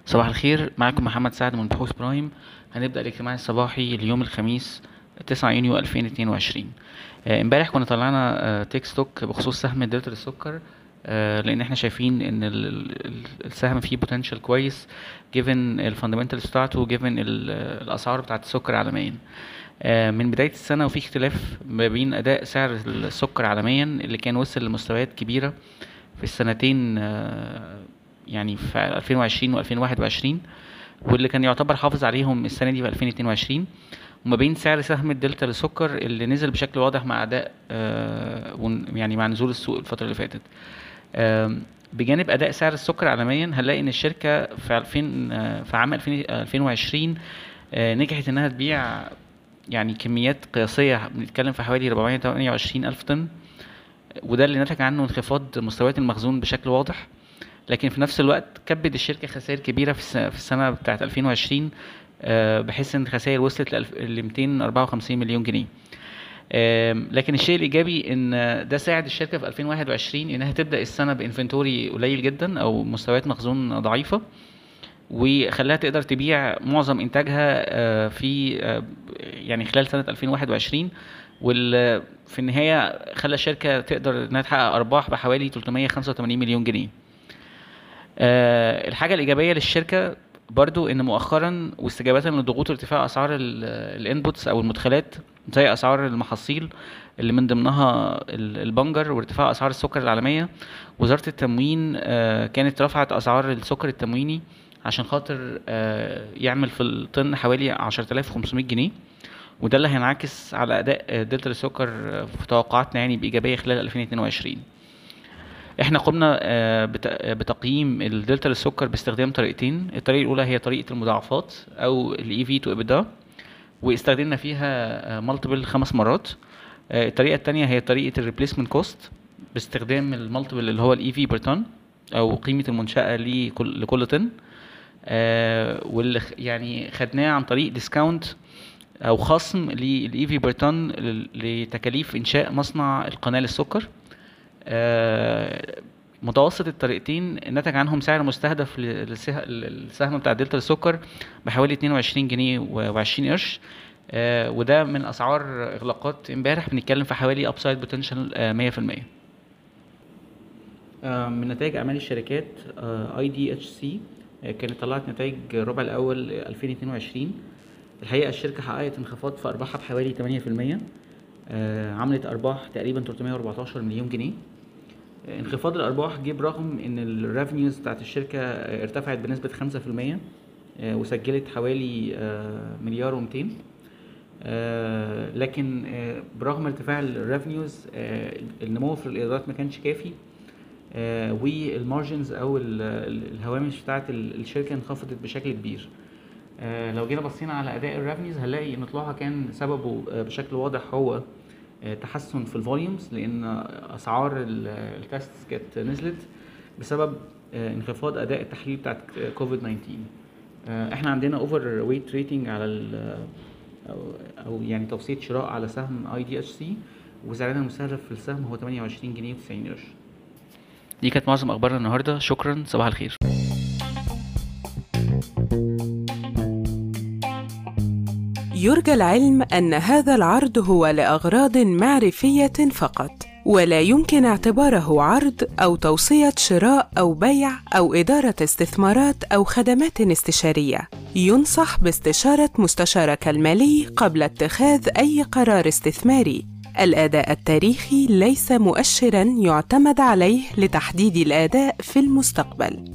صباح الخير، معكم محمد سعد من بحوث برايم. هنبدأ الاجتماع الصباحي اليوم الخميس 9 يونيو 2022. امبارح كنا طلعنا تيك ستوك بخصوص سهم دلتا للسكر. لان احنا شايفين ان السهم فيه بوتنشال كويس given الفاندمنتالز بتاعته given الاسعار بتاعت السكر عالميا. من بداية السنة وفي اختلاف ما بين أداء سعر السكر عالميا اللي كان وصل لمستويات كبيرة في السنتين، يعني في 2020 و2021، واللي كان يعتبر حافظ عليهم السنة دي في 2022، وما بين سعر سهم الدلتا للسكر اللي نزل بشكل واضح مع أداء يعني مع نزول السوق الفترة اللي فاتت. بجانب أداء سعر السكر عالميا هنلاقي إن الشركة في عام 2020 نجحت إنها تبيع يعني كميات قياسية، بنتكلم في حوالي 428 ألف طن، وده اللي نتج عنه انخفاض مستويات المخزون بشكل واضح. لكن في نفس الوقت كبد الشركة خسائر كبيرة في السنة بتاعت 2020، بحيث ان الخسائر وصلت ل 254 مليون جنيه. لكن الشيء الإيجابي ان ده ساعد الشركة في 2021 انها تبدأ السنة بانفنتوري قليل جدا او مستويات مخزون ضعيفة، وخلاها تقدر تبيع معظم انتاجها في يعني خلال سنة 2021، في النهاية خلى الشركة تقدر انها تحقق ارباح بحوالي 385 مليون جنيه. الحاجة الإيجابية للشركة برضو إن مؤخرا واستجابة لضغوط ارتفاع أسعار الانبوتس أو المدخلات زي أسعار المحاصيل اللي من ضمنها البنجر وارتفاع أسعار السكر العالمية، وزارة التموين كانت رفعت أسعار السكر التمويني عشان خاطر يعمل في الطن حوالي 10,500 جنيه، وده اللي هينعكس على أداء دلتا للسكر في توقعاتنا يعني بإيجابية خلال 2022. احنا قمنا بتقييم الدلتا للسكر باستخدام طريقتين. الطريقه الاولى هي طريقه المضاعفات او الاي في تو ابدا، واستخدمنا فيها مالتيبل 5 مرات. الطريقه الثانيه هي طريقه الريبليسمنت كوست باستخدام المالتيبل اللي هو الاي في بير طن او قيمه المنشاه لكل طن، واللي يعني خدناه عن طريق ديسكاونت او خصم للاي في بير طن لتكاليف انشاء مصنع القناه للسكر. متوسط الطريقتين نتج عنهم سعر مستهدف للسهم بتاع دلتا للسكر بحوالي 22 جنيه و20 قرش، وده من اسعار اغلاقات امبارح، بنتكلم في حوالي ابسايد بوتنشال 100%. من نتائج اعمال الشركات، اي دي اتش سي كانت طلعت نتائج الربع الاول 2022. الحقيقه الشركه حققت انخفاض في ارباحها بحوالي 8%، عملت ارباح تقريبا 314 مليون جنيه. انخفاض الارباح جه برغم ان الريفنيوز بتاعت الشركه ارتفعت بنسبه 5%، وسجلت حوالي مليار و200. لكن برغم ارتفاع الريفنيوز النمو في الايرادات ما كانش كافي، والمارجنز او الهوامش بتاعت الشركه انخفضت بشكل كبير. لو جينا بصينا على اداء الريفنيوز هنلاقي ان طلوعها كان سببه بشكل واضح هو تحسن في الفوليومز، لان اسعار التست كانت نزلت بسبب انخفاض اداء التحليل بتاعت كوفيد 19. احنا عندنا اوفر ويت ريتنج على او يعني توصيه شراء على سهم اي دي اتش سي، وسعرنا المستهدف في السهم هو 28 جنيه و90 قرش. دي كانت معظم اخبارنا النهارده، شكرا، صباح الخير. يرجى العلم أن هذا العرض هو لأغراض معرفية فقط، ولا يمكن اعتباره عرض أو توصية شراء أو بيع أو إدارة استثمارات أو خدمات استشارية. ينصح باستشارة مستشارك المالي قبل اتخاذ أي قرار استثماري. الأداء التاريخي ليس مؤشراً يعتمد عليه لتحديد الأداء في المستقبل.